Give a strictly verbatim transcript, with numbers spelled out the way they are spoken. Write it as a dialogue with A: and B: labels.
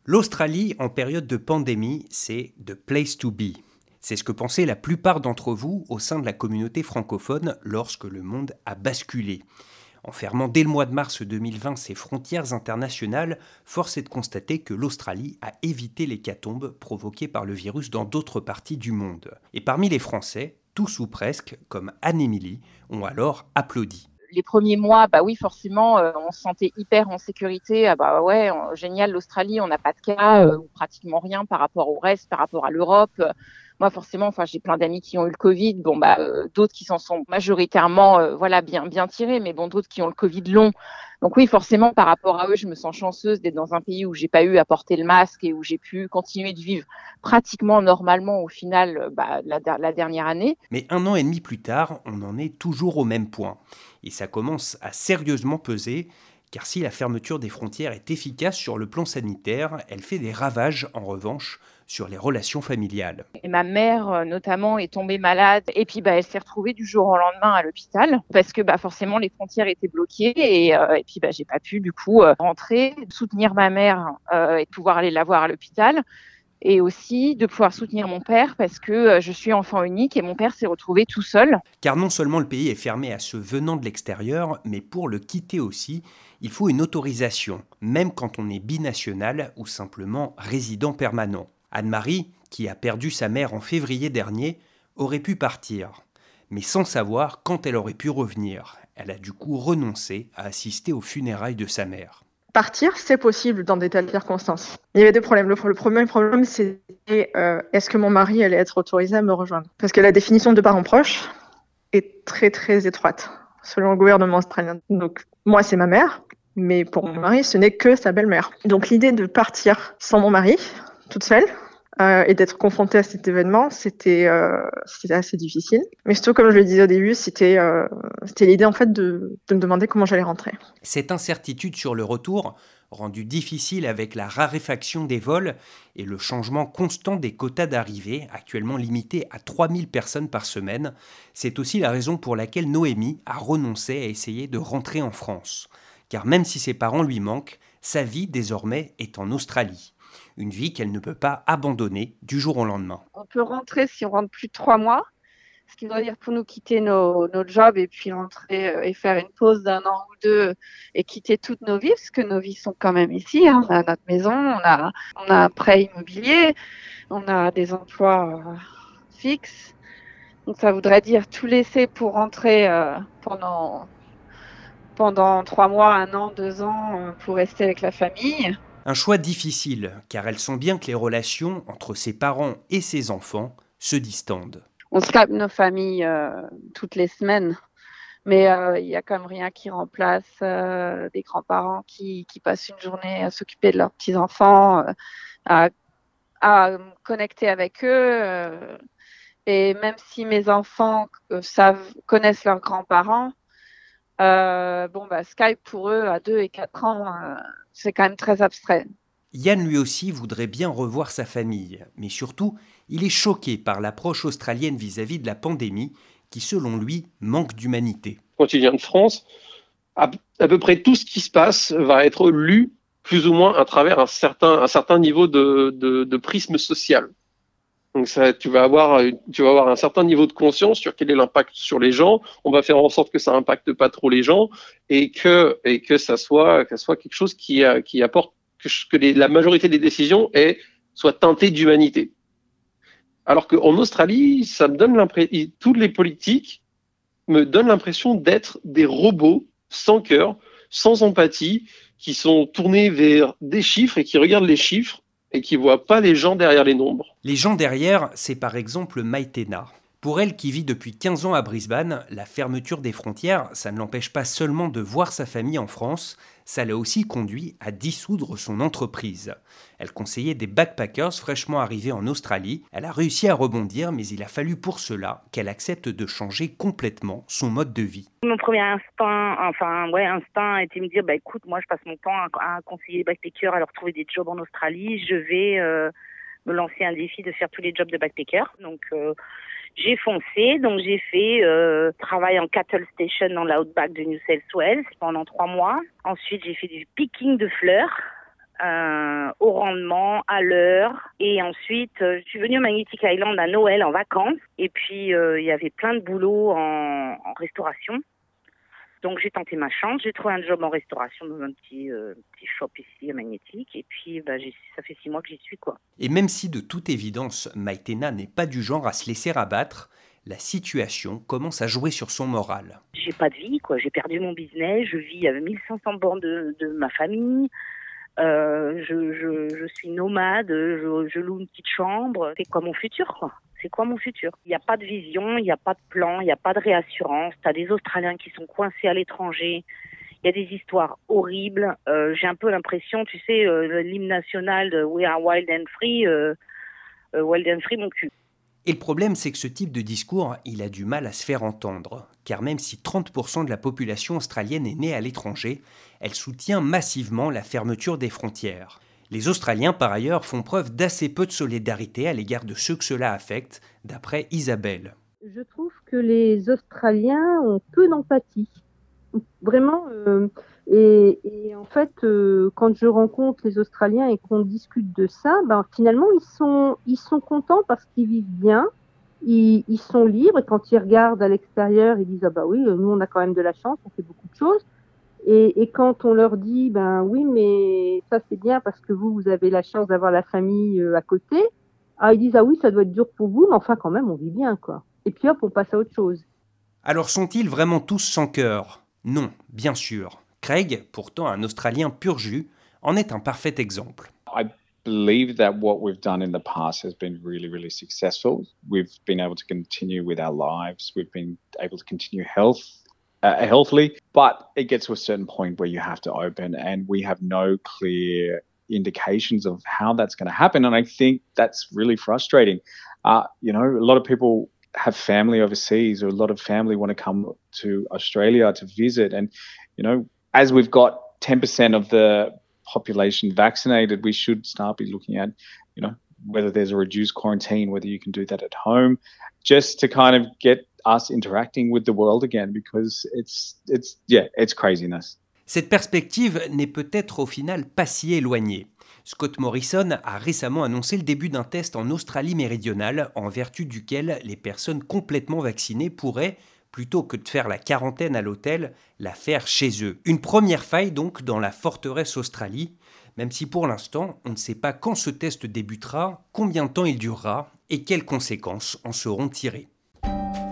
A: L'Australie, en période de pandémie, c'est « the place to be ». C'est ce que pensaient la plupart d'entre vous au sein de la communauté francophone lorsque le monde a basculé. En fermant dès le mois de mars deux mille vingt ses frontières internationales, force est de constater que l'Australie a évité l'hécatombe provoquée par le virus dans d'autres parties du monde. Et parmi les Français, tous ou presque, comme Anne-Émilie, ont alors applaudi.
B: Les premiers mois, bah oui, forcément, euh, on se sentait hyper en sécurité. Ah bah ouais, euh, génial, l'Australie, on n'a pas de cas, euh, ou pratiquement rien par rapport au reste, par rapport à l'Europe. Euh, moi, forcément, enfin, j'ai plein d'amis qui ont eu le Covid. Bon, bah, euh, d'autres qui s'en sont majoritairement, euh, voilà, bien, bien tirés, mais bon, d'autres qui ont le Covid long. Donc oui, forcément, par rapport à eux, je me sens chanceuse d'être dans un pays où j'ai pas eu à porter le masque et où j'ai pu continuer de vivre pratiquement normalement au final, euh, bah, la, la dernière année.
A: Mais un an et demi plus tard, on en est toujours au même point. Et ça commence à sérieusement peser, car si la fermeture des frontières est efficace sur le plan sanitaire, elle fait des ravages, en revanche, sur les relations familiales.
B: Et ma mère, euh, notamment, est tombée malade. Et puis, bah, elle s'est retrouvée du jour au lendemain à l'hôpital parce que, bah, forcément, les frontières étaient bloquées. Et, euh, et puis, bah, j'ai pas pu, du coup, euh, rentrer, soutenir ma mère euh, et pouvoir aller la voir à l'hôpital. Et aussi de pouvoir soutenir mon père parce que euh, je suis enfant unique et mon père s'est retrouvé tout seul.
A: Car non seulement le pays est fermé à ceux venant de l'extérieur, mais pour le quitter aussi, il faut une autorisation, même quand on est binational ou simplement résident permanent. Anne-Marie, qui a perdu sa mère en février dernier, aurait pu partir, mais sans savoir quand elle aurait pu revenir. Elle a du coup renoncé à assister aux funérailles de sa mère.
C: Partir, c'est possible dans des telles circonstances. Il y avait deux problèmes. Le, le premier problème, c'était euh, est-ce que mon mari allait être autorisé à me rejoindre ? Parce que la définition de parents proches est très très étroite selon le gouvernement australien. Donc moi, c'est ma mère, mais pour mon mari, ce n'est que sa belle-mère. Donc l'idée de partir sans mon mari, toute seule, euh, et d'être confrontée à cet événement, c'était, euh, c'était assez difficile. Mais surtout, comme je le disais au début, c'était, euh, c'était l'idée en fait de, de me demander comment j'allais rentrer.
A: Cette incertitude sur le retour, rendue difficile avec la raréfaction des vols et le changement constant des quotas d'arrivée, actuellement limités à trois mille personnes par semaine, c'est aussi la raison pour laquelle Noémie a renoncé à essayer de rentrer en France. Car même si ses parents lui manquent, sa vie désormais est en Australie. Une vie qu'elle ne peut pas abandonner du jour au lendemain.
D: On peut rentrer si on rentre plus de trois mois, ce qui veut dire pour nous quitter nos, nos jobs et puis rentrer euh, et faire une pause d'un an ou deux et quitter toutes nos vies, parce que nos vies sont quand même ici. Hein. On a notre maison, on a, on a un prêt immobilier, on a des emplois euh, fixes. Donc ça voudrait dire tout laisser pour rentrer euh, pendant, pendant trois mois, un an, deux ans, euh, pour rester avec la famille.
A: Un choix difficile, car elle sent bien que les relations entre ses parents et ses enfants se distendent.
D: On Skype nos familles euh, toutes les semaines, mais il euh, n'y a quand même rien qui remplace euh, des grands-parents qui, qui passent une journée à s'occuper de leurs petits-enfants, euh, à, à connecter avec eux. Euh, et même si mes enfants euh, savent, connaissent leurs grands-parents, euh, bon, bah, Skype pour eux à deux et quatre ans, euh, c'est quand même très abstrait.
A: Yann lui aussi voudrait bien revoir sa famille, mais surtout, il est choqué par l'approche australienne vis-à-vis de la pandémie, qui selon lui manque d'humanité.
E: Quand il vient de France, à, à peu près tout ce qui se passe va être lu plus ou moins à travers un certain, un certain niveau de, de, de prisme social. Donc ça, tu vas avoir, tu vas avoir un certain niveau de conscience sur quel est l'impact sur les gens. On va faire en sorte que ça impacte pas trop les gens et que et que ça soit, que ça soit quelque chose qui qui apporte que, que les, la majorité des décisions est, soit teintée d'humanité. Alors qu'en Australie, ça me donne l'impression, toutes les politiques me donnent l'impression d'être des robots sans cœur, sans empathie, qui sont tournés vers des chiffres et qui regardent les chiffres et qui ne voient pas les gens derrière les nombres.
A: Les gens derrière, c'est par exemple Maïtena. Pour elle qui vit depuis quinze ans à Brisbane, la fermeture des frontières, ça ne l'empêche pas seulement de voir sa famille en France, ça l'a aussi conduit à dissoudre son entreprise. Elle conseillait des backpackers fraîchement arrivés en Australie. Elle a réussi à rebondir, mais il a fallu pour cela qu'elle accepte de changer complètement son mode de vie.
F: Mon premier instinct, enfin ouais, instinct était de me dire, bah écoute, moi je passe mon temps à, à conseiller les backpackers à leur trouver des jobs en Australie. Je vais euh, me lancer un défi de faire tous les jobs de backpacker. Donc euh, j'ai foncé, donc j'ai fait euh, travail en cattle station dans l'outback de New South Wales pendant trois mois. Ensuite, j'ai fait du picking de fleurs euh, au rendement, à l'heure. Et ensuite, euh, je suis venue au Magnetic Island à Noël en vacances. Et puis, euh, il y avait plein de boulot en, en restauration. Donc, j'ai tenté ma chance. J'ai trouvé un job en restauration dans un petit, euh, petit shop ici à Magnetic. Et puis, bah, j'ai, ça fait six mois que j'y suis, quoi.
A: Et même si de toute évidence, Maïtena n'est pas du genre à se laisser abattre, la situation commence à jouer sur son moral.
F: J'ai pas de vie, quoi. J'ai perdu mon business. Je vis à mille cinq cents bornes de, de ma famille. Euh, je, je, je suis nomade. Je, je loue une petite chambre. C'est quoi mon futur, quoi? C'est quoi mon futur? Il n'y a pas de vision, il n'y a pas de plan, il n'y a pas de réassurance. Tu as des Australiens qui sont coincés à l'étranger. Il y a des histoires horribles. Euh, j'ai un peu l'impression, tu sais, euh, l'hymne national de We are wild and free, euh, euh, wild and free, mon cul.
A: Et le problème, c'est que ce type de discours, il a du mal à se faire entendre. Car même si trente pour cent de la population australienne est née à l'étranger, elle soutient massivement la fermeture des frontières. Les Australiens, par ailleurs, font preuve d'assez peu de solidarité à l'égard de ceux que cela affecte, d'après Isabelle.
G: Je trouve que les Australiens ont peu d'empathie. Vraiment. Euh, et, et en fait, euh, quand je rencontre les Australiens et qu'on discute de ça, ben, finalement, ils sont, ils sont contents parce qu'ils vivent bien. Ils, ils sont libres. Et quand ils regardent à l'extérieur, ils disent « Ah bah oui, nous, on a quand même de la chance, on fait beaucoup de choses. » Et, et quand on leur dit, ben oui, mais ça c'est bien parce que vous, vous avez la chance d'avoir la famille euh, à côté, ah, ils disent, ah oui, ça doit être dur pour vous, mais enfin quand même, on vit bien, quoi. Et puis hop, on passe à autre chose.
A: Alors sont-ils vraiment tous sans cœur ? Non, bien sûr. Craig, pourtant un Australien pur jus, en est un parfait exemple.
H: I believe that what we've done in the past has been really, really successful. We've been able to continue with our lives. We've been able to continue health. Uh, healthily, but it gets to a certain point where you have to open, and we have no clear indications of how that's going to happen. And I think that's really frustrating. Uh, you know, a lot of people have family overseas, or a lot of family want to come to Australia to visit. And, you know, as we've got ten percent of the population vaccinated, we should start be looking at, you know, whether there's a reduced quarantine, whether you can do that at home, just to kind of get us interacting with the world again, because it's it's yeah it's craziness.
A: Cette perspective n'est peut-être au final pas si éloignée. Scott Morrison a récemment annoncé le début d'un test en Australie méridionale en vertu duquel les personnes complètement vaccinées pourraient, plutôt que de faire la quarantaine à l'hôtel, la faire chez eux. Une première faille donc dans la forteresse Australie, même si pour l'instant on ne sait pas quand ce test débutera, combien de temps il durera et quelles conséquences en seront tirées.